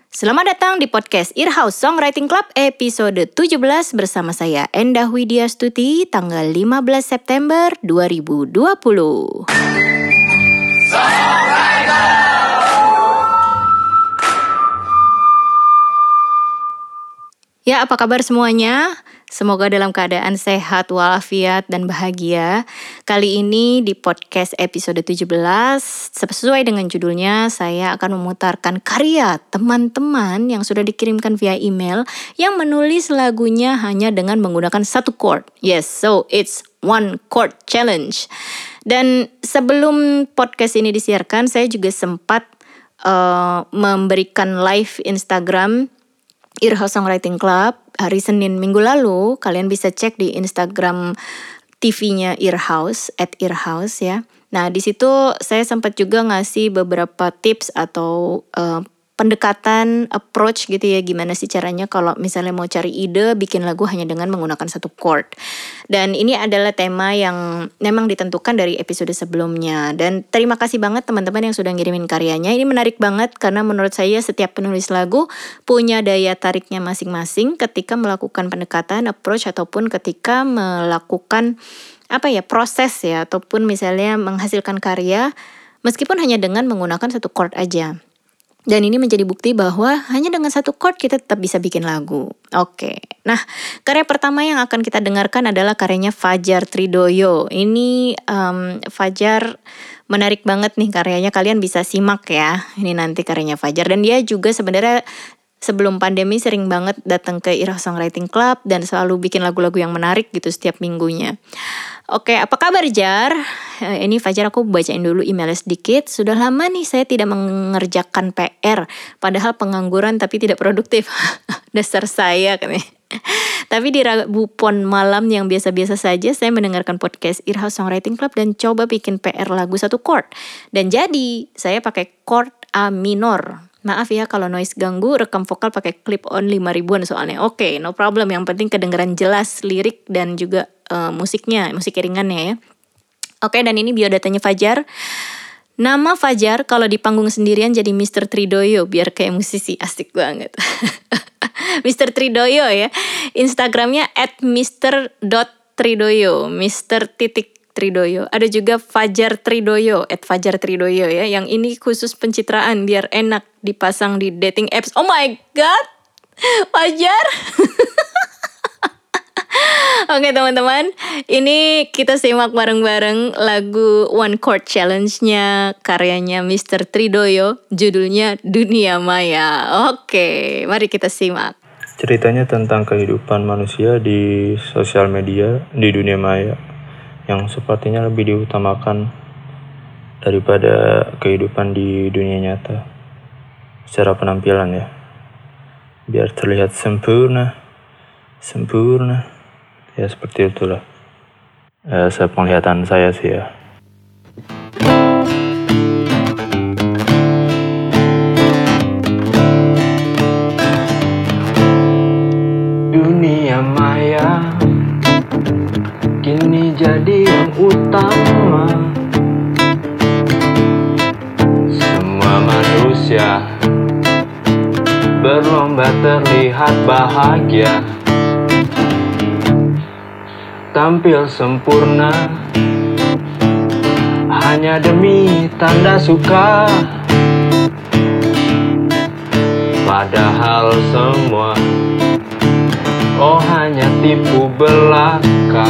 Selamat datang di podcast Earhouse Songwriting Club episode 17 bersama saya Endah Widya Stuti tanggal 15 September 2020. Ya, apa kabar semuanya? Semoga dalam keadaan sehat, walafiat, dan bahagia. Kali ini di podcast episode 17, sesuai dengan judulnya, saya akan memutarkan karya teman-teman yang sudah dikirimkan via email yang menulis lagunya hanya dengan menggunakan satu chord. Yes, so it's one chord challenge. Dan sebelum podcast ini disiarkan, saya juga sempat memberikan live Instagram Earhouse Songwriting Club hari Senin minggu lalu. Kalian bisa cek di Instagram TV-nya Earhouse @Earhouse ya. Nah, di situ saya sempat juga ngasih beberapa tips atau pendekatan, approach gitu ya, gimana sih caranya kalau misalnya mau cari ide bikin lagu hanya dengan menggunakan satu chord. Dan ini adalah tema yang memang ditentukan dari episode sebelumnya. Dan terima kasih banget teman-teman yang sudah ngirimin karyanya. Ini menarik banget karena menurut saya setiap penulis lagu punya daya tariknya masing-masing ketika melakukan pendekatan, approach, ataupun ketika melakukan proses ya, ataupun misalnya menghasilkan karya meskipun hanya dengan menggunakan satu chord aja. Dan ini menjadi bukti bahwa hanya dengan satu chord kita tetap bisa bikin lagu. Oke, nah karya pertama yang akan kita dengarkan adalah karyanya Fajar Tridoyo. Ini Fajar menarik banget nih karyanya, kalian bisa simak ya. Ini nanti karyanya Fajar, dan dia juga sebenarnya sebelum pandemi sering banget datang ke Earhouse Songwriting Club dan selalu bikin lagu-lagu yang menarik gitu setiap minggunya. Oke, apa kabar Jar? Ini Fajar, aku bacain dulu emailnya sedikit. Sudah lama nih saya tidak mengerjakan PR, padahal pengangguran tapi tidak produktif. Dasar saya katanya. Tapi di Rabu Pon malam yang biasa-biasa saja, saya mendengarkan podcast Earhouse Songwriting Club dan coba bikin PR lagu satu chord. Dan jadi, saya pakai chord A minor. Maaf ya kalau noise ganggu, rekam vokal pakai clip on 5.000-an soalnya. Oke, no problem, yang penting kedengeran jelas lirik dan juga musiknya, musik iringannya ya. Oke, dan ini biodatanya Fajar. Nama Fajar kalau di panggung sendirian jadi Mr. Tridoyo biar kayak musisi, asik banget. Mr. Tridoyo ya. Instagramnya @mr.tridoyo, Mr.Tridoyo. Ada juga Fajar Tridoyo, @Fajar Tridoyo ya. Yang ini khusus pencitraan biar enak dipasang di dating apps. Oh my god, Fajar. Oke teman-teman, ini kita simak bareng-bareng lagu One Chord Challenge-nya karyanya Mr. Tridoyo, judulnya Dunia Maya. Oke, mari kita simak. Ceritanya tentang kehidupan manusia di sosial media di dunia maya yang sepertinya lebih diutamakan daripada kehidupan di dunia nyata secara penampilan ya, biar terlihat sempurna ya, seperti itulah sepenglihatan saya sih ya. Dunia maya kini jadi yang utama. Semua manusia berlomba terlihat bahagia, tampil sempurna hanya demi tanda suka. Padahal semua hanya tipu belaka.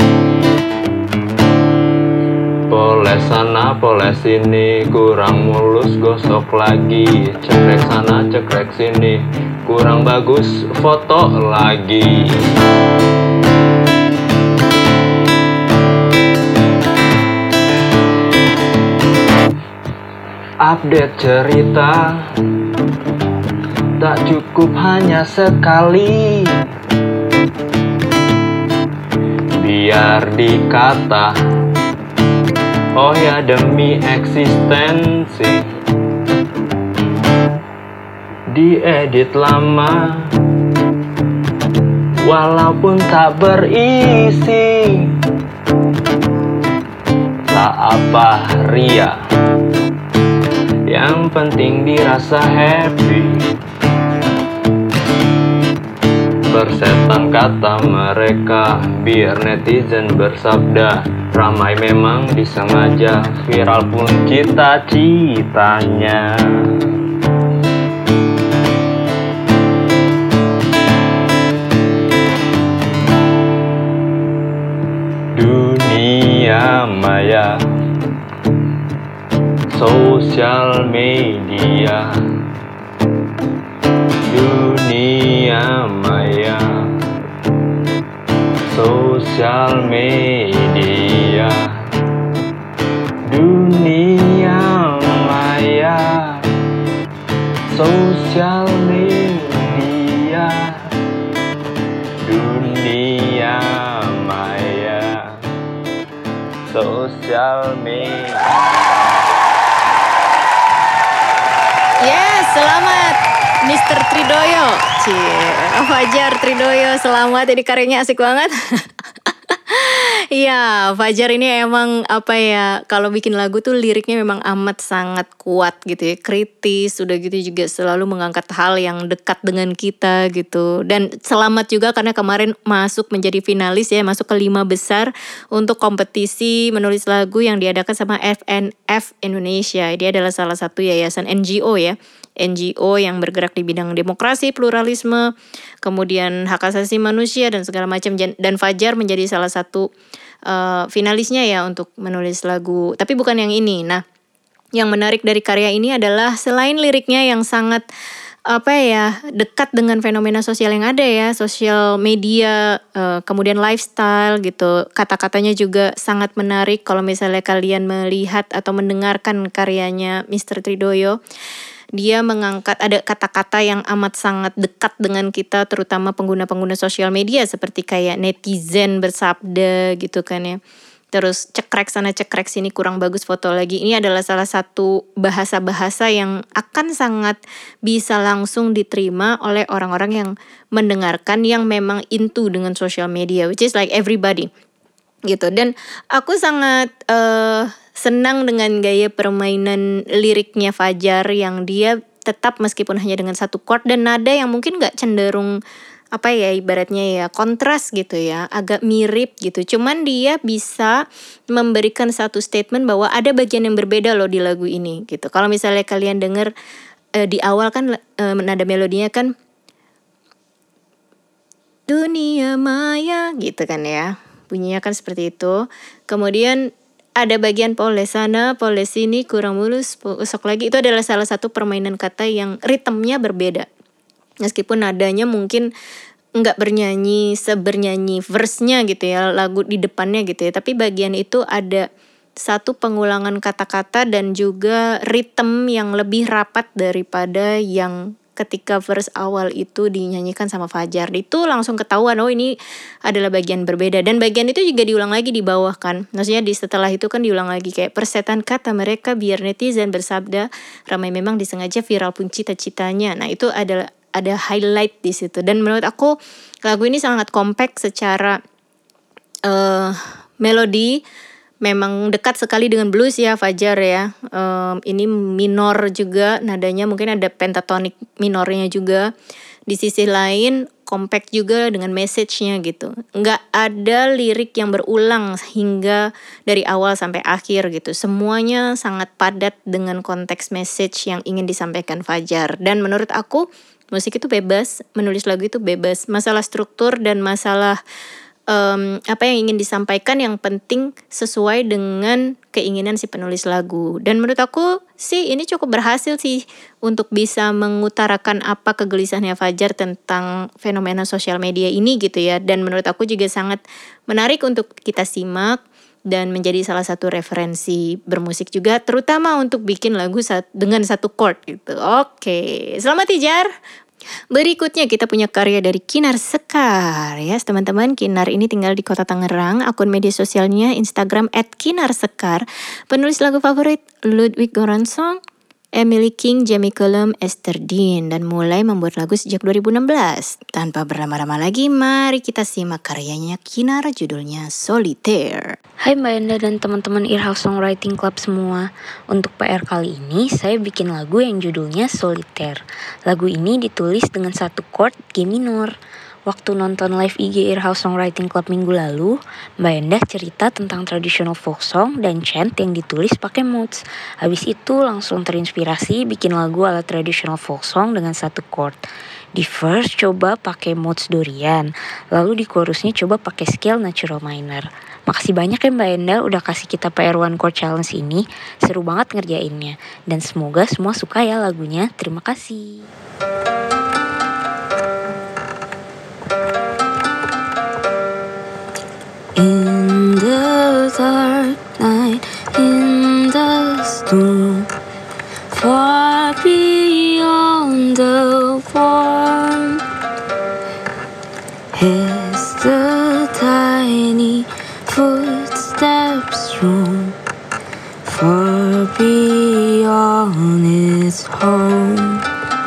Poles sana poles sini, kurang mulus gosok lagi. Cekrek sana cekrek sini, kurang bagus foto lagi. Update cerita tak cukup hanya sekali, biar dikata oh ya demi eksistensi. Diedit lama walaupun tak berisi, tak apa ria, yang penting dirasa happy. Persetan kata mereka, biar netizen bersabda. Ramai memang disengaja, viral pun cita-citanya. Dunia maya, sosial media. Dunia maya, sosial media. Dunia maya, sosial media. Dunia maya, sosial media. Yes, selamat Mr. Tridoyo. Fajar Tridoyo, selamat. Jadi karyanya asik banget. Iya, Fajar ini emang kalau bikin lagu tuh liriknya memang amat sangat kuat gitu ya, kritis, udah gitu juga selalu mengangkat hal yang dekat dengan kita gitu. Dan selamat juga karena kemarin masuk menjadi finalis ya, masuk ke 5 besar untuk kompetisi menulis lagu yang diadakan sama FNF Indonesia. Dia adalah salah satu yayasan NGO ya. NGO yang bergerak di bidang demokrasi, pluralisme, kemudian hak asasi manusia dan segala macam. Dan Fajar menjadi salah satu finalisnya ya untuk menulis lagu. Tapi bukan yang ini. Nah, yang menarik dari karya ini adalah selain liriknya yang sangat dekat dengan fenomena sosial yang ada ya, sosial media, kemudian lifestyle gitu. Kata-katanya juga sangat menarik kalau misalnya kalian melihat atau mendengarkan karyanya Mr. Tridoyo. Dia mengangkat ada kata-kata yang amat sangat dekat dengan kita, terutama pengguna-pengguna sosial media seperti kayak netizen bersabda gitu kan ya. Terus cekrek sana cekrek sini, kurang bagus foto lagi. Ini adalah salah satu bahasa-bahasa yang akan sangat bisa langsung diterima oleh orang-orang yang mendengarkan, yang memang into dengan sosial media, which is like everybody gitu. Dan aku sangat senang dengan gaya permainan liriknya Fajar yang dia tetap meskipun hanya dengan satu chord dan nada yang mungkin gak cenderung ibaratnya ya kontras gitu ya, agak mirip gitu. Cuman dia bisa memberikan satu statement bahwa ada bagian yang berbeda loh di lagu ini gitu. Kalau misalnya kalian denger di awal kan nada melodinya kan dunia maya gitu kan ya, bunyinya kan seperti itu. Kemudian ada bagian poles sana, poles sini, kurang mulus, usok lagi. Itu adalah salah satu permainan kata yang ritmenya berbeda. Meskipun nadanya mungkin nggak sebernyanyi verse-nya gitu ya, lagu di depannya gitu ya. Tapi bagian itu ada satu pengulangan kata-kata dan juga ritme yang lebih rapat daripada yang ketika verse awal itu dinyanyikan sama Fajar. Itu langsung ketahuan, oh ini adalah bagian berbeda. Dan bagian itu juga diulang lagi di bawah kan. Maksudnya setelah itu kan diulang lagi kayak persetan kata mereka, biar netizen bersabda. Ramai memang disengaja, viral pun cita-citanya. Nah itu ada highlight di situ. Dan menurut aku lagu ini sangat kompak secara melodi. Memang dekat sekali dengan blues ya Fajar ya. Ini minor juga nadanya, mungkin ada pentatonik minornya juga. Di sisi lain compact juga dengan message-nya gitu. Nggak ada lirik yang berulang hingga dari awal sampai akhir gitu. Semuanya sangat padat dengan konteks message yang ingin disampaikan Fajar. Dan menurut aku musik itu bebas, menulis lagu itu bebas. Masalah struktur dan masalah apa yang ingin disampaikan yang penting sesuai dengan keinginan si penulis lagu. Dan menurut aku sih ini cukup berhasil sih untuk bisa mengutarakan apa kegelisahannya Fajar tentang fenomena sosial media ini gitu ya. Dan menurut aku juga sangat menarik untuk kita simak dan menjadi salah satu referensi bermusik juga, terutama untuk bikin lagu dengan satu chord gitu. Oke, selamat Tijar. Berikutnya kita punya karya dari Kinar Sekar ya teman-teman. Kinar ini tinggal di Kota Tangerang. Akun media sosialnya Instagram @kinarsekar. Penulis lagu favorit Ludwig Göransson, Emily King, Jamie Cullum, Esther Dean, dan mulai membuat lagu sejak 2016. Tanpa berlama-lama lagi, mari kita simak karyanya Kinar, judulnya Solitaire. Hai Mbak Enda dan teman-teman Earhouse Songwriting Club semua. Untuk PR kali ini, saya bikin lagu yang judulnya Solitaire. Lagu ini ditulis dengan satu chord G minor. Waktu nonton live IG Earhouse Songwriting Club minggu lalu, Mbak Endah cerita tentang traditional folk song dan chant yang ditulis pakai moods. Habis itu langsung terinspirasi bikin lagu ala traditional folk song dengan satu chord. Di verse coba pakai moods Dorian, lalu di chorusnya coba pakai scale natural minor. Makasih banyak ya Mbak Endah udah kasih kita PR1 Chord Challenge ini. Seru banget ngerjainnya. Dan semoga semua suka ya lagunya. Terima kasih. In the dark night, in the storm, far beyond the warmth, as the tiny footsteps roam far beyond its home,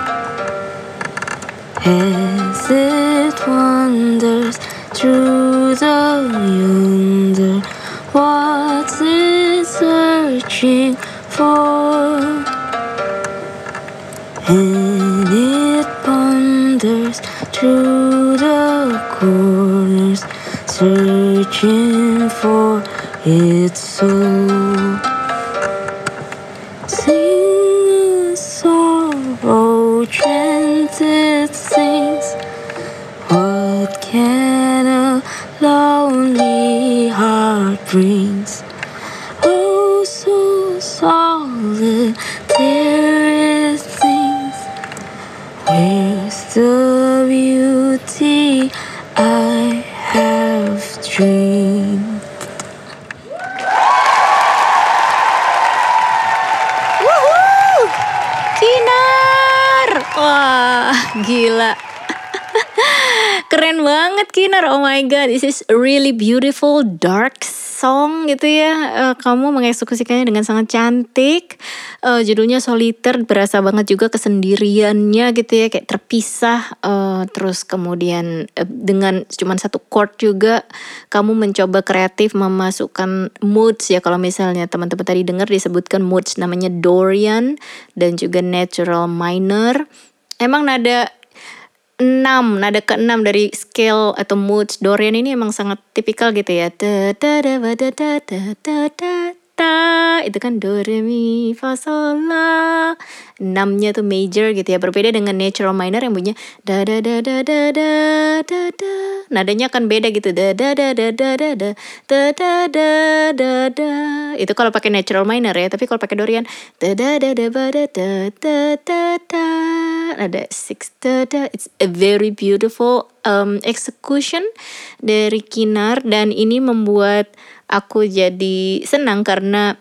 as it wanders through the yonder, what's it searching for? And it wanders through the corners, searching for its soul. Sing a song, oh chant it sings. What can a lonely heart brings? Oh, so solitary it sings. Where's the beauty I have dreamed? Woohoo! Kinar! Wah, gila. Keren banget Kinar, oh my god, this is a really beautiful dark song gitu ya. Kamu mengeksekusikannya dengan sangat cantik. Judulnya Solitaire, berasa banget juga kesendiriannya gitu ya, kayak terpisah. Terus kemudian dengan cuman satu chord juga kamu mencoba kreatif memasukkan moods ya. Kalau misalnya teman-teman tadi dengar disebutkan moods namanya Dorian dan juga natural minor. Emang nada ke-6 dari scale atau moods Dorian ini emang sangat tipikal gitu ya. Itu kan do re mi fa sol la. 6-nya tuh major gitu ya. Berbeda dengan natural minor yang bunyinya da da da da da da da da. Nadanya akan beda gitu. Da da da da da da da da da da da da. Itu kalau pakai natural minor ya. Tapi kalau pakai Dorian da da da da da da da da da. Ada 6 da da. It's a very beautiful execution dari Kinar, dan ini membuat aku jadi senang karena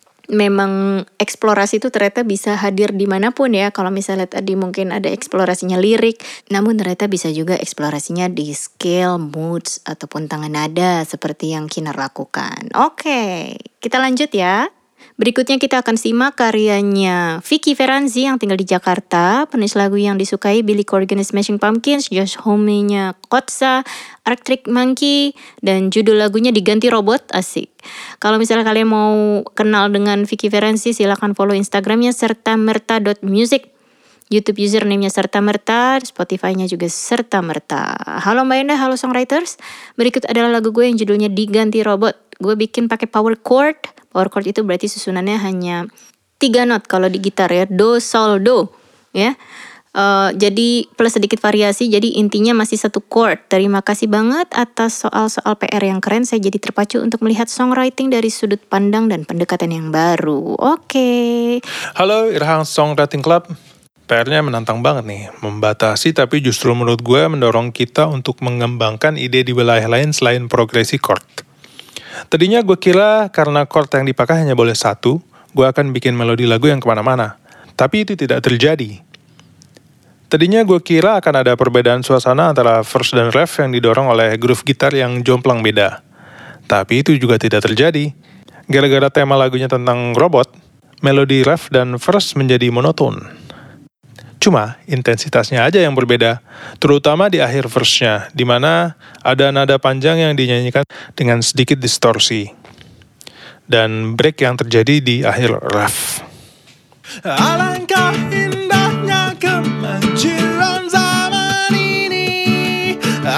memang eksplorasi itu ternyata bisa hadir dimanapun ya. Kalau misalnya tadi mungkin ada eksplorasinya lirik, namun ternyata bisa juga eksplorasinya di scale, moods, ataupun tangan nada seperti yang Kinar lakukan. Oke, kita lanjut ya. Berikutnya kita akan simak karyanya Vicky Feranzi yang tinggal di Jakarta, penulis lagu yang disukai Billy Corgan Smashing Pumpkins, Josh Homme-nya Kotza, Arctic Monkey, dan judul lagunya Diganti Robot. Asik. Kalau misalnya kalian mau kenal dengan Vicky Feranzi, silakan follow Instagramnya sertamerta.music, YouTube username-nya Serta Merta, Spotify-nya juga Serta Merta. Halo Mbak Endah, halo Songwriters. Berikut adalah lagu gue yang judulnya Diganti Robot. Gue bikin pakai power chord. Power chord itu berarti susunannya hanya 3 not kalau di gitar ya. Do, sol, do. Ya. Jadi plus sedikit variasi, jadi intinya masih satu chord. Terima kasih banget atas soal-soal PR yang keren. Saya jadi terpacu untuk melihat songwriting dari sudut pandang dan pendekatan yang baru. Oke. Halo Earhouse Songwriting Club. PR-nya menantang banget nih, membatasi tapi justru menurut gue mendorong kita untuk mengembangkan ide di wilayah lain selain progresi chord. Tadinya gue kira karena chord yang dipakai hanya boleh satu, gue akan bikin melodi lagu yang kemana-mana. Tapi itu tidak terjadi. Tadinya gue kira akan ada perbedaan suasana antara verse dan ref yang didorong oleh groove gitar yang jomplang beda. Tapi itu juga tidak terjadi. Gara-gara tema lagunya tentang robot, melodi ref dan verse menjadi monoton. Cuma intensitasnya aja yang berbeda, terutama di akhir verse-nya, di mana ada nada panjang yang dinyanyikan dengan sedikit distorsi. Dan break yang terjadi di akhir ref. Alangkah indahnya kemajuan zaman ini,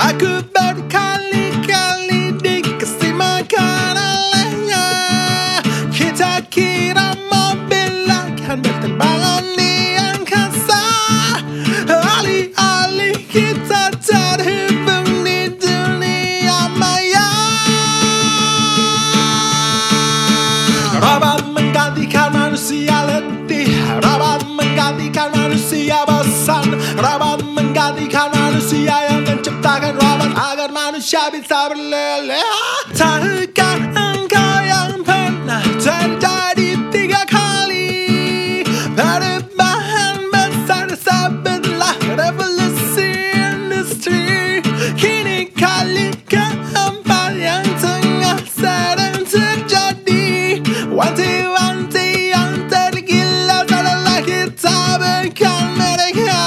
menggantikan manusia yang menciptakan robot agar manusia bisa berleha. Tahukah engkau yang pernah terjadi 3 kali perubahan besar sebelah revolusi industri. Kini kali keempat yang tengah sedang terjadi. Wanti-wanti yang tergila setelah kita bukan mereka.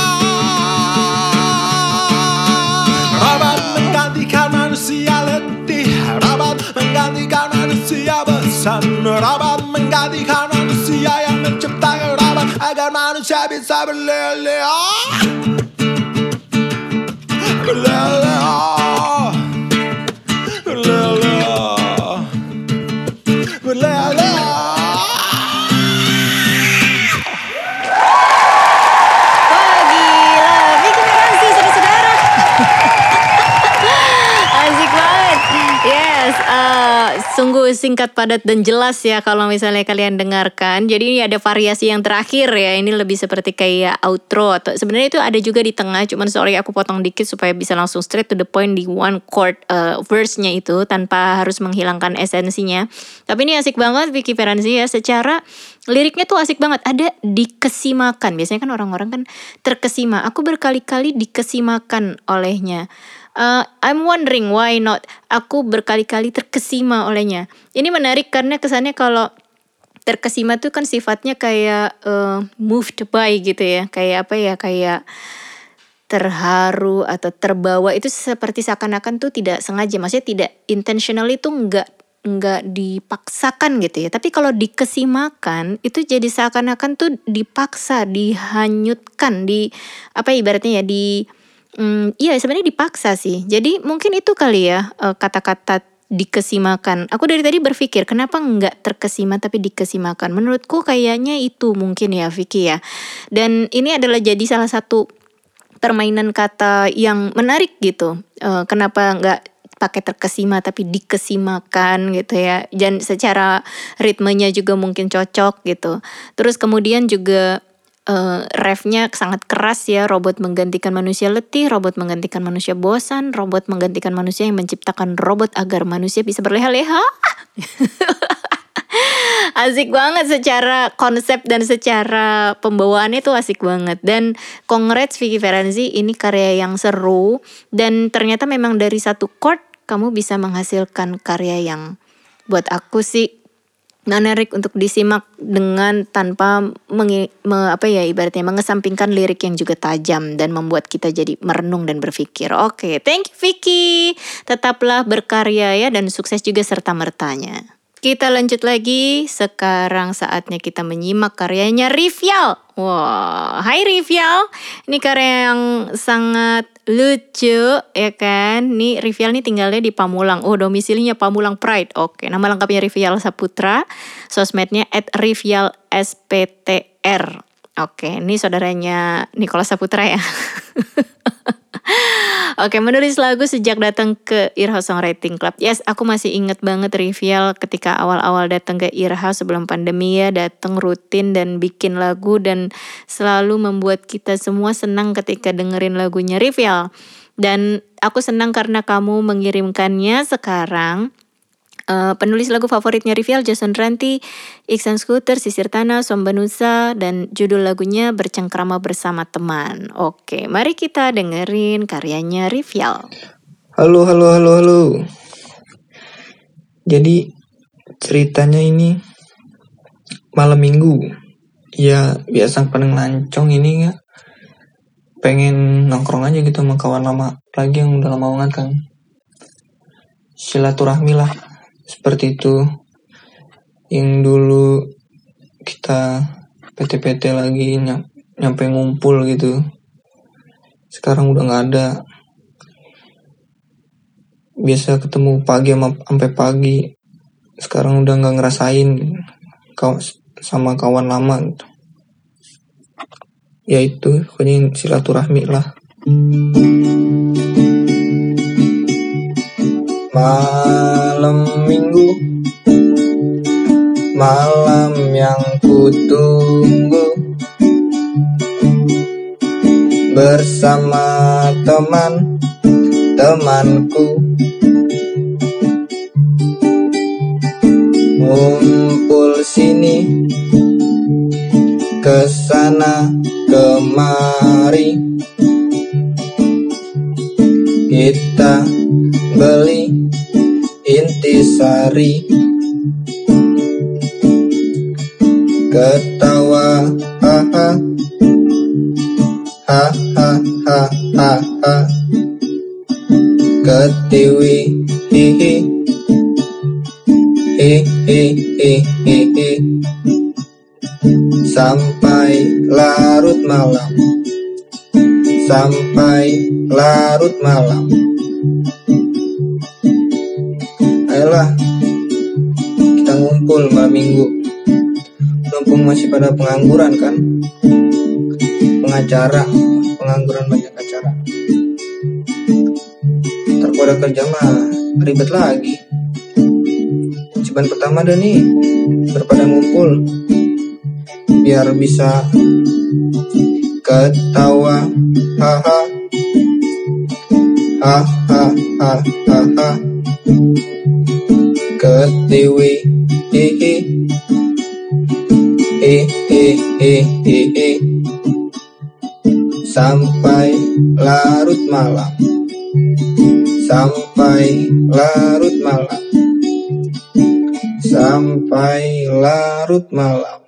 Robot menggantikan manusia letih, robot menggantikan manusia bosan, robot menggantikan manusia yang menciptakan robot agar manusia bisa berleha. Berleha, berleha, berleha. Wah gila, Vicky Feranzi saudara-saudara. Asik banget. Yes, sungguh singkat, padat, dan jelas ya kalau misalnya kalian dengarkan. Jadi ini ada variasi yang terakhir ya. Ini lebih seperti kayak outro atau sebenarnya itu ada juga di tengah. Cuman sorry aku potong dikit supaya bisa langsung straight to the point di one chord verse-nya itu tanpa harus menghilangkan esensinya. Tapi ini asik banget Vicky Feranzi ya. Secara liriknya tuh asik banget. Ada dikesimakan. Biasanya kan orang-orang kan terkesima. Aku berkali-kali dikesimakan olehnya. I'm wondering why not. Aku berkali-kali terkesima olehnya. Ini menarik karena kesannya kalau terkesima tuh kan sifatnya kayak moved by gitu ya. Kayak apa ya, kayak terharu atau terbawa. Itu seperti seakan-akan tuh tidak sengaja. Maksudnya tidak intentional, itu enggak dipaksakan gitu ya. Tapi kalau dikesimakan itu jadi seakan-akan tuh dipaksa, dihanyutkan, di apa ibaratnya ya, iya sebenarnya dipaksa sih. Jadi mungkin itu kali ya kata-kata dikesimakan. Aku dari tadi berpikir kenapa enggak terkesima tapi dikesimakan. Menurutku kayaknya itu mungkin ya Vicky ya. Dan ini adalah jadi salah satu permainan kata yang menarik gitu. Kenapa enggak pakai terkesima tapi dikesimakan gitu ya. Dan secara ritmenya juga mungkin cocok gitu. Terus kemudian juga refnya sangat keras ya. Robot menggantikan manusia letih, robot menggantikan manusia bosan, robot menggantikan manusia yang menciptakan robot agar manusia bisa berleha-leha. Asik banget secara konsep dan secara pembawaannya tuh asik banget. Dan congrats Vicky Feranzi, ini karya yang seru. Dan ternyata memang dari satu chord kamu bisa menghasilkan karya yang buat aku sih menarik untuk disimak dengan tanpa ibaratnya mengesampingkan lirik yang juga tajam dan membuat kita jadi merenung dan berpikir. Oke, thank you Vicky. Tetaplah berkarya ya dan sukses juga serta-mertanya. Kita lanjut lagi. Sekarang saatnya kita menyimak karyanya Rivial. Wah, hai Rivial. Ini karya yang sangat lucu ya kan. Nih Rivial nih tinggalnya di Pamulang. Oh, domisilinya Pamulang Pride. Oke, nama lengkapnya Rivial Saputra. Sosmednya @rivialsptr. Oke, ini saudaranya Nicholas Saputra ya. Oke, menulis lagu sejak datang ke Earhouse Songwriting Club. Yes, aku masih inget banget Rivial ketika awal-awal datang ke Earhouse sebelum pandemi ya. Datang rutin dan bikin lagu dan selalu membuat kita semua senang ketika dengerin lagunya Rivial. Dan aku senang karena kamu mengirimkannya sekarang. Penulis lagu favoritnya Rivial, Jason Ranti, Iksan Scooter, Sisir Tanah, Sombanusa, dan judul lagunya Bercengkrama Bersama Teman. Oke, mari kita dengerin karyanya Rivial. Halo. Jadi ceritanya ini malam minggu. Ya biasa pengen lancong ini ya. Pengen nongkrong aja gitu sama kawan lama lagi yang udah lama banget kan. Silaturahmi lah. Seperti itu. Yang dulu kita PT-PT lagi nyampe ngumpul gitu. Sekarang udah gak ada. Biasa ketemu pagi sampai pagi. Sekarang udah gak ngerasain sama kawan lama gitu. Ya itu pokoknya silaturahmi lah. Malam minggu, malam yang kutunggu, bersama teman-temanku, ngumpul sini kesana kemari, kita beli intisari, ketawa haha haha haha, ketiwi hihi hihi, sampai larut malam, sampai larut malam. Ayolah kita ngumpul malam minggu, mumpung masih pada pengangguran kan, pengangguran banyak acara. Ntar kalau ada kerja mah ribet lagi. Ceban pertama dah nih, berpada ngumpul biar bisa ketawa haha haha haha, ketiwi hihi hihi, sampai larut malam, sampai larut malam, sampai larut malam.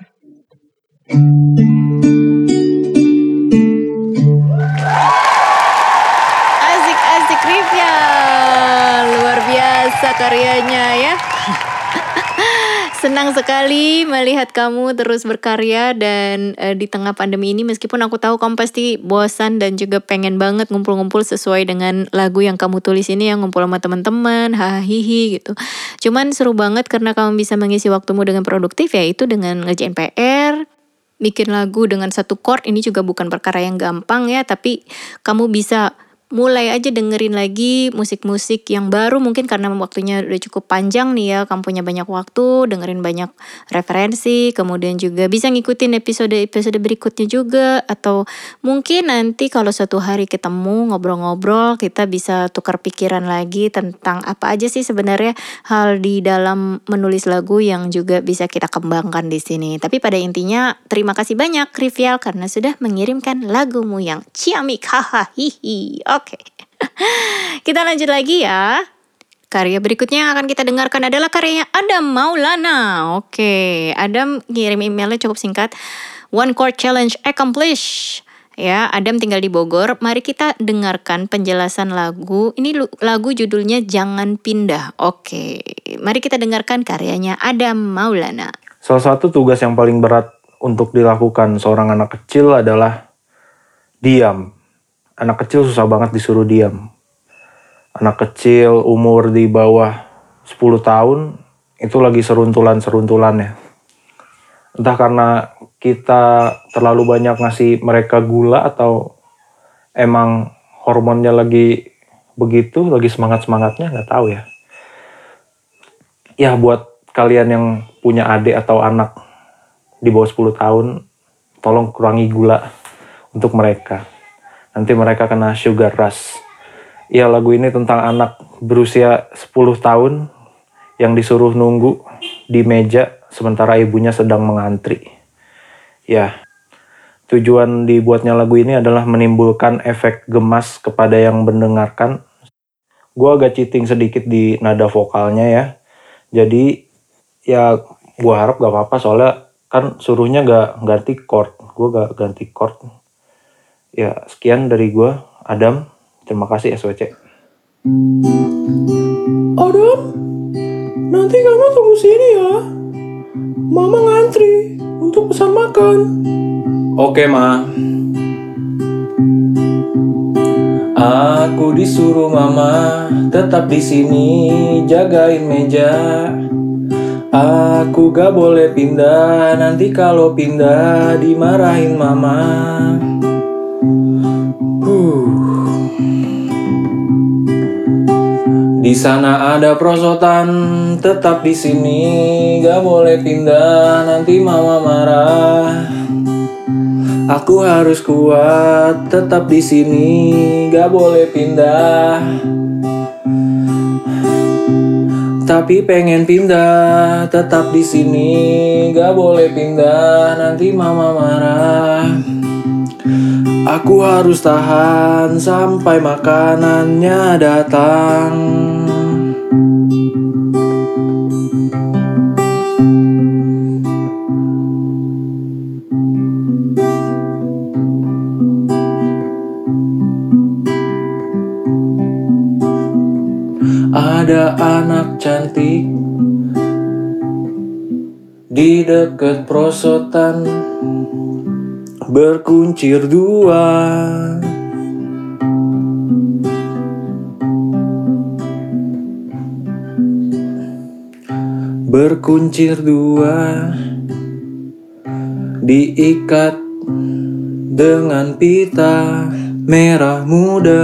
Asik Rifya, luar biasa karyanya ya. Senang sekali melihat kamu terus berkarya dan di tengah pandemi ini, meskipun aku tahu kamu pasti bosan dan juga pengen banget ngumpul-ngumpul sesuai dengan lagu yang kamu tulis ini, yang ngumpul sama teman-teman, hahihi gitu. Cuman seru banget karena kamu bisa mengisi waktumu dengan produktif, yaitu dengan ngerjain PR, bikin lagu dengan satu chord. Ini juga bukan perkara yang gampang ya, tapi kamu bisa mulai aja dengerin lagi musik-musik yang baru, mungkin karena waktunya udah cukup panjang nih ya, kamu punya banyak waktu, dengerin banyak referensi, kemudian juga bisa ngikutin episode berikutnya juga, atau mungkin nanti kalau suatu hari ketemu ngobrol-ngobrol, kita bisa tukar pikiran lagi tentang apa aja sih sebenarnya hal di dalam menulis lagu yang juga bisa kita kembangkan di sini. Tapi pada intinya terima kasih banyak Rivial karena sudah mengirimkan lagumu yang ciamik, haha hihi. Oke. Kita lanjut lagi ya. Karya berikutnya yang akan kita dengarkan adalah karyanya Adam Maulana. Oke, Adam ngirim emailnya cukup singkat. One chord challenge accomplished. Ya, Adam tinggal di Bogor. Mari kita dengarkan penjelasan lagu. Ini lagu judulnya Jangan Pindah. Oke, mari kita dengarkan karyanya Adam Maulana. Salah satu tugas yang paling berat untuk dilakukan seorang anak kecil adalah diam. Anak kecil susah banget disuruh diam. Anak kecil umur di bawah 10 tahun itu lagi seruntulan-seruntulannya. Entah karena kita terlalu banyak ngasih mereka gula atau emang hormonnya lagi begitu, lagi semangat-semangatnya, nggak tahu ya. Ya buat kalian yang punya adik atau anak di bawah 10 tahun, tolong kurangi gula untuk mereka. Nanti mereka kena sugar rush. Ya, lagu ini tentang anak berusia 10 tahun yang disuruh nunggu di meja sementara ibunya sedang mengantri. Ya, tujuan dibuatnya lagu ini adalah menimbulkan efek gemas kepada yang mendengarkan. Gue agak cheating sedikit di nada vokalnya ya. Jadi, ya gue harap gak apa-apa soalnya kan suruhnya gak ganti chord. Gue gak ganti chord. Ya, sekian dari gue, Adam. Terima kasih SWC. Adam, nanti kamu tunggu sini ya. Mama ngantri untuk pesan makan. Oke, Ma. Aku disuruh Mama tetap di sini jagain meja. Aku gak boleh pindah, nanti kalau pindah dimarahin Mama. Di sana ada perosotan, tetap di sini, gak boleh pindah, nanti Mama marah. Aku harus kuat, tetap di sini, gak boleh pindah. Tapi pengen pindah, tetap di sini, gak boleh pindah. Nanti mama marah. Aku harus tahan sampai makanannya datang. Ada anak cantik di dekat perosotan, berkuncir dua. Berkuncir dua, diikat dengan pita merah muda.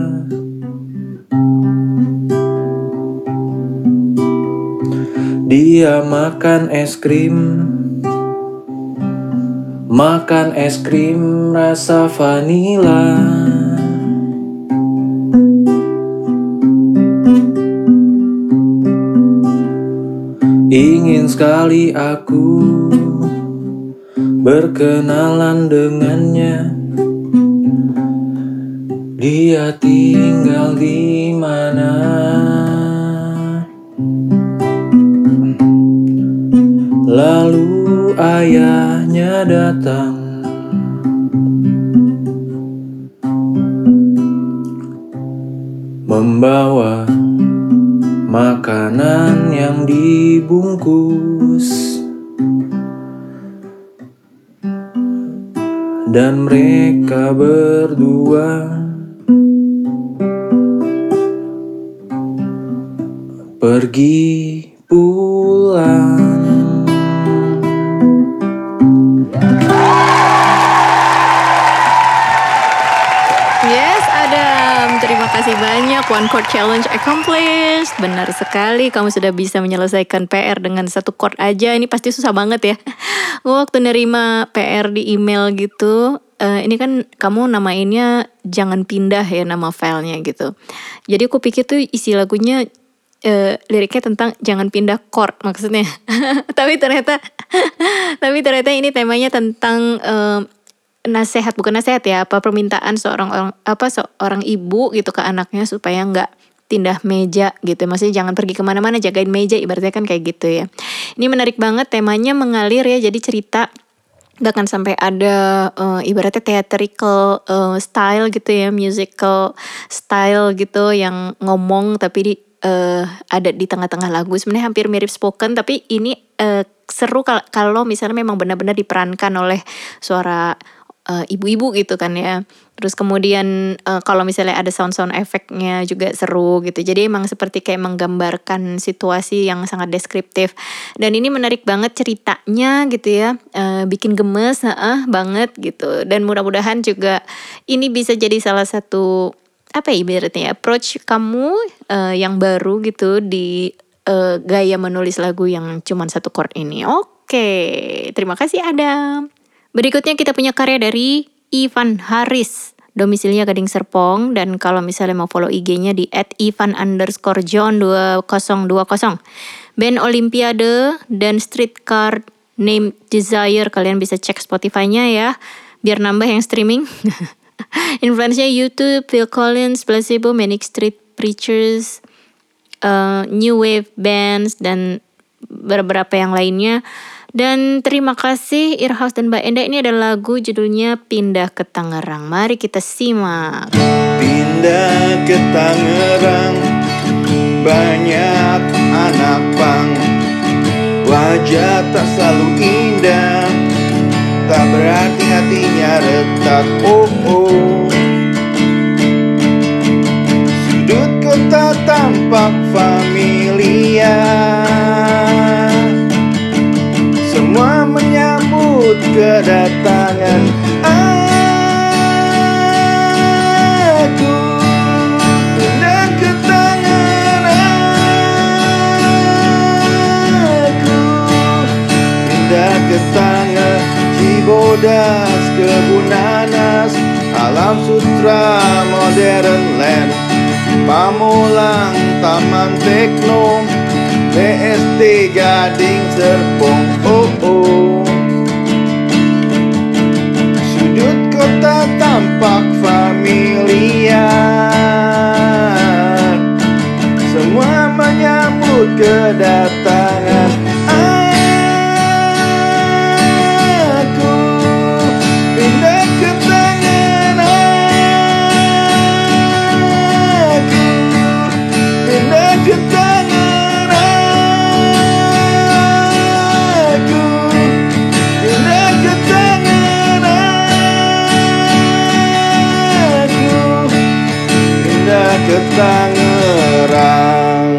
Dia makan es krim rasa vanila. Ingin sekali aku berkenalan dengannya. Dia tinggal di mana? Lalu ayahnya datang, membawa makanan yang dibungkus, dan mereka berdua pergi pulang. Yes, Adam. Terima kasih banyak. One chord challenge accomplished. Benar sekali, kamu sudah bisa menyelesaikan PR dengan satu chord aja. Ini pasti susah banget ya. Waktu nerima PR di email gitu, ini kan kamu namainnya jangan pindah ya nama filenya gitu. Jadi aku pikir tuh isi lagunya liriknya tentang jangan pindah chord maksudnya. tapi ternyata ini temanya tentang nasihat, bukan nasihat ya, permintaan seorang ibu gitu ke anaknya supaya nggak pindah meja gitu. Maksudnya jangan pergi kemana-mana, jagain meja, ibaratnya kan kayak gitu ya. Ini menarik banget, temanya mengalir ya, jadi cerita bahkan sampai ada ibaratnya theatrical style gitu ya, musical style gitu yang ngomong tapi ada di tengah-tengah lagu. Sebenarnya hampir mirip spoken, tapi ini seru kalau misalnya memang benar-benar diperankan oleh suara ibu-ibu gitu kan ya. Terus kemudian kalau misalnya ada sound-sound efeknya juga seru gitu. Jadi emang seperti kayak menggambarkan situasi yang sangat deskriptif. Dan ini menarik banget ceritanya gitu ya. Bikin gemes banget gitu. Dan mudah-mudahan juga ini bisa jadi salah satu ibaratnya approach kamu yang baru gitu di gaya menulis lagu yang cuma satu chord ini. Oke, terima kasih Adam. Berikutnya kita punya karya dari Ivan Haris, domisilinya Gading Serpong, dan kalau misalnya mau follow IG-nya di @ivan_john2020. Band Olimpiade dan Streetcar Named Desire, kalian bisa cek Spotify-nya ya, biar nambah yang streaming. Influence-nya YouTube, Phil Collins, Placebo, Manic Street Preachers, New Wave Bands, dan beberapa yang lainnya. Dan terima kasih Earhouse dan Mbak Enda. Ini ada lagu judulnya Pindah ke Tangerang. Mari kita simak. Pindah ke Tangerang, banyak anak pang, wajah tak selalu indah, tak berarti hatinya retak. Sudut kota tampak familiar, semua menyambut kedatangan aku. Pindah ke tangan aku, pindah ke tangan Cibodas ke Trans Sutra Modern Land, Pamulang Taman Tekno, BSD Gading Serpong. Sudut kota tampak familiar, semua menyambut kedatangan aku. Pindah ke tangan aku, pindah ke tangan aku, pindah ke tangan aku, pindah ke Tangerang.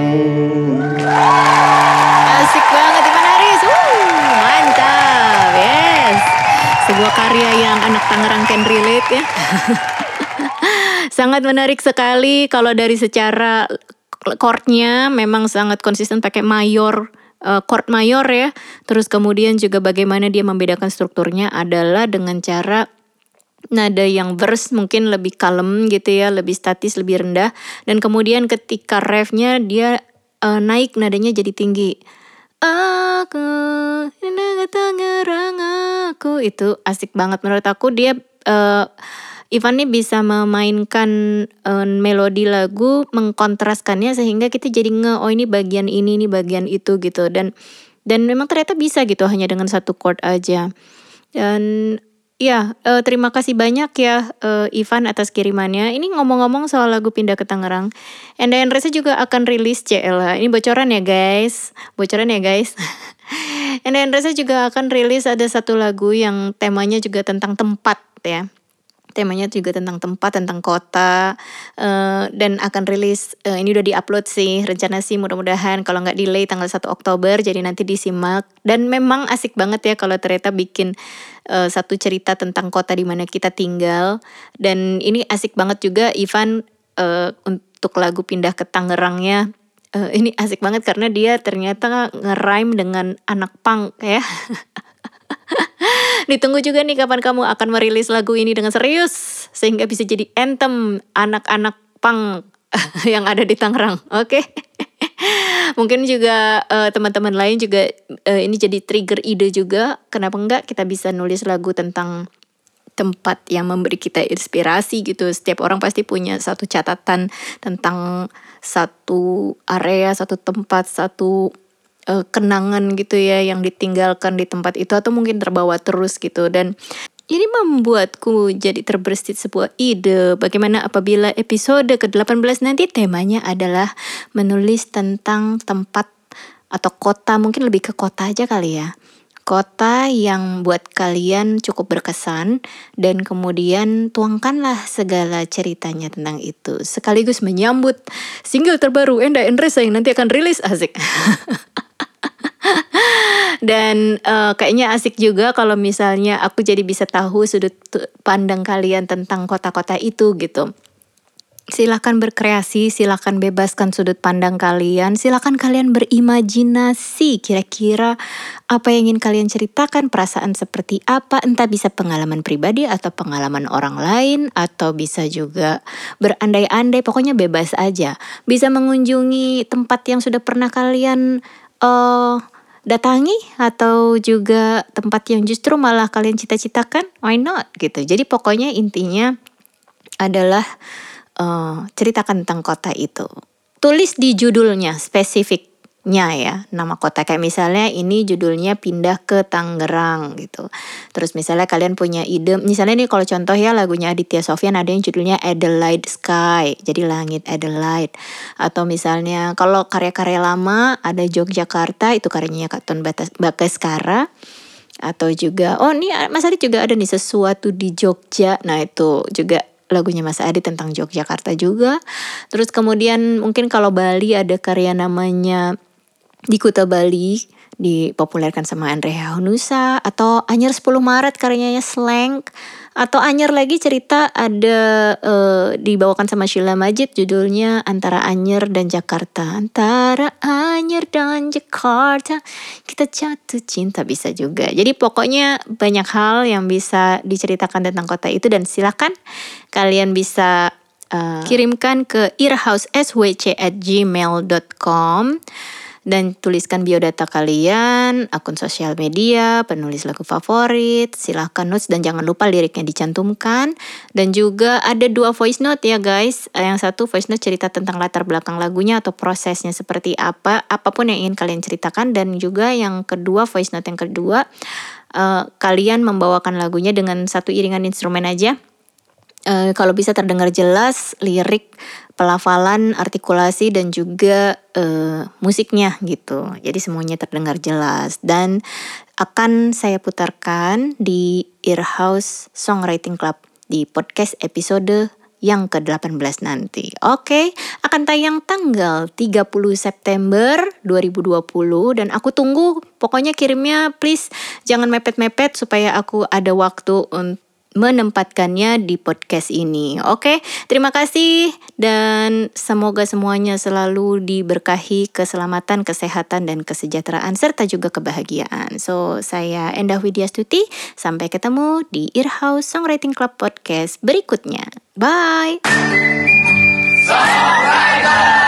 Asik banget Ivan Haris. Mantap. Yes. Sebuah karya yang anak Tangerang can relate ya. Sangat menarik sekali kalau dari secara chordnya memang sangat konsisten pakai mayor, chord mayor ya. Terus kemudian juga bagaimana dia membedakan strukturnya adalah dengan cara nada yang verse mungkin lebih kalem gitu ya, lebih statis, lebih rendah. Dan kemudian ketika refnya dia naik nadanya jadi tinggi. Aku, ini Tangerang aku. Itu asik banget menurut aku. Dia Ivan nih bisa memainkan melodi lagu, mengkontraskannya sehingga kita jadi oh ini bagian ini bagian itu gitu. Dan memang ternyata bisa gitu hanya dengan satu chord aja. Dan ya, terima kasih banyak ya Ivan atas kirimannya. Ini ngomong-ngomong soal lagu Pindah ke Tangerang, Enda Endresa juga akan rilis CLH. Ini bocoran ya guys. Enda Endresa juga akan rilis ada satu lagu yang temanya juga tentang tempat ya. Temanya juga tentang tempat, tentang kota, dan akan rilis, ini udah diupload sih, rencana sih mudah-mudahan kalau nggak delay tanggal 1 Oktober, jadi nanti disimak. Dan memang asik banget ya kalau ternyata bikin satu cerita tentang kota di mana kita tinggal. Dan ini asik banget juga Ivan untuk lagu Pindah ke Tangerangnya. Ini asik banget karena dia ternyata nge-rhyme dengan anak punk ya. Ditunggu juga nih kapan kamu akan merilis lagu ini dengan serius sehingga bisa jadi anthem anak-anak punk yang ada di Tangerang. Oke. Mungkin juga teman-teman lain juga ini jadi trigger ide juga. Kenapa enggak kita bisa nulis lagu tentang tempat yang memberi kita inspirasi gitu. Setiap orang pasti punya satu catatan tentang satu area, satu tempat, satu kenangan gitu ya yang ditinggalkan di tempat itu atau mungkin terbawa terus gitu. Dan ini membuatku jadi terbersit sebuah ide bagaimana apabila episode ke-18 nanti temanya adalah menulis tentang tempat atau kota, mungkin lebih ke kota aja kali ya. Kota yang buat kalian cukup berkesan dan kemudian tuangkanlah segala ceritanya tentang itu. Sekaligus menyambut single terbaru Enda Endresa yang nanti akan rilis, asik. Dan kayaknya asik juga kalau misalnya aku jadi bisa tahu sudut pandang kalian tentang kota-kota itu gitu. Silakan berkreasi, silakan bebaskan sudut pandang kalian, silakan kalian berimajinasi kira-kira apa yang ingin kalian ceritakan, perasaan seperti apa, entah bisa pengalaman pribadi atau pengalaman orang lain, atau bisa juga berandai-andai, pokoknya bebas aja. Bisa mengunjungi tempat yang sudah pernah kalian datangi atau juga tempat yang justru malah kalian cita-citakan, why not gitu. Jadi pokoknya intinya adalah ceritakan tentang kota itu. Tulis di judulnya spesifiknya ya, nama kota. Kayak misalnya ini judulnya Pindah ke Tangerang gitu. Terus misalnya kalian punya ide, misalnya nih kalau contoh ya lagunya Aditya Sofyan ada yang judulnya Adelaide Sky, jadi langit Adelaide. Atau misalnya kalau karya-karya lama ada Yogyakarta, itu karyanya Katon Bagaskara. Atau juga, oh nih Mas Adit juga ada nih Sesuatu di Jogja, nah itu juga lagunya Mas Adit tentang Yogyakarta juga. Terus kemudian mungkin kalau Bali ada karya namanya Di Kuta Bali. dipopulerkan sama Andre Hanusa, atau Anyar 10 Maret karyanya Slang, atau Anyar lagi cerita ada dibawakan sama Sheila Majid, judulnya Antara Anyar dan Jakarta. Antara Anyar dan Jakarta kita jatuh cinta, bisa juga. Jadi pokoknya banyak hal yang bisa diceritakan tentang kota itu, dan silakan kalian bisa kirimkan ke earhouseswc@gmail.com dan tuliskan biodata kalian, akun sosial media, penulis lagu favorit, silahkan notes dan jangan lupa liriknya dicantumkan. Dan juga ada 2 voice note ya guys. Yang satu voice note cerita tentang latar belakang lagunya atau prosesnya seperti apa, apapun yang ingin kalian ceritakan. Dan juga yang kedua, voice note yang kedua, kalian membawakan lagunya dengan satu iringan instrumen aja. Kalau bisa terdengar jelas lirik, pelafalan, artikulasi, dan juga musiknya gitu. Jadi semuanya terdengar jelas. Dan akan saya putarkan di Earhouse Songwriting Club di podcast episode yang ke-18 nanti. Oke, akan tayang tanggal 30 September 2020 dan aku tunggu, pokoknya kirimnya please jangan mepet-mepet supaya aku ada waktu untuk menempatkannya di podcast ini. Oke, terima kasih dan semoga semuanya selalu diberkahi keselamatan, kesehatan, dan kesejahteraan serta juga kebahagiaan. So, saya Endah Widyastuti, sampai ketemu di Earhouse Songwriting Club Podcast berikutnya. Bye! Songwriter!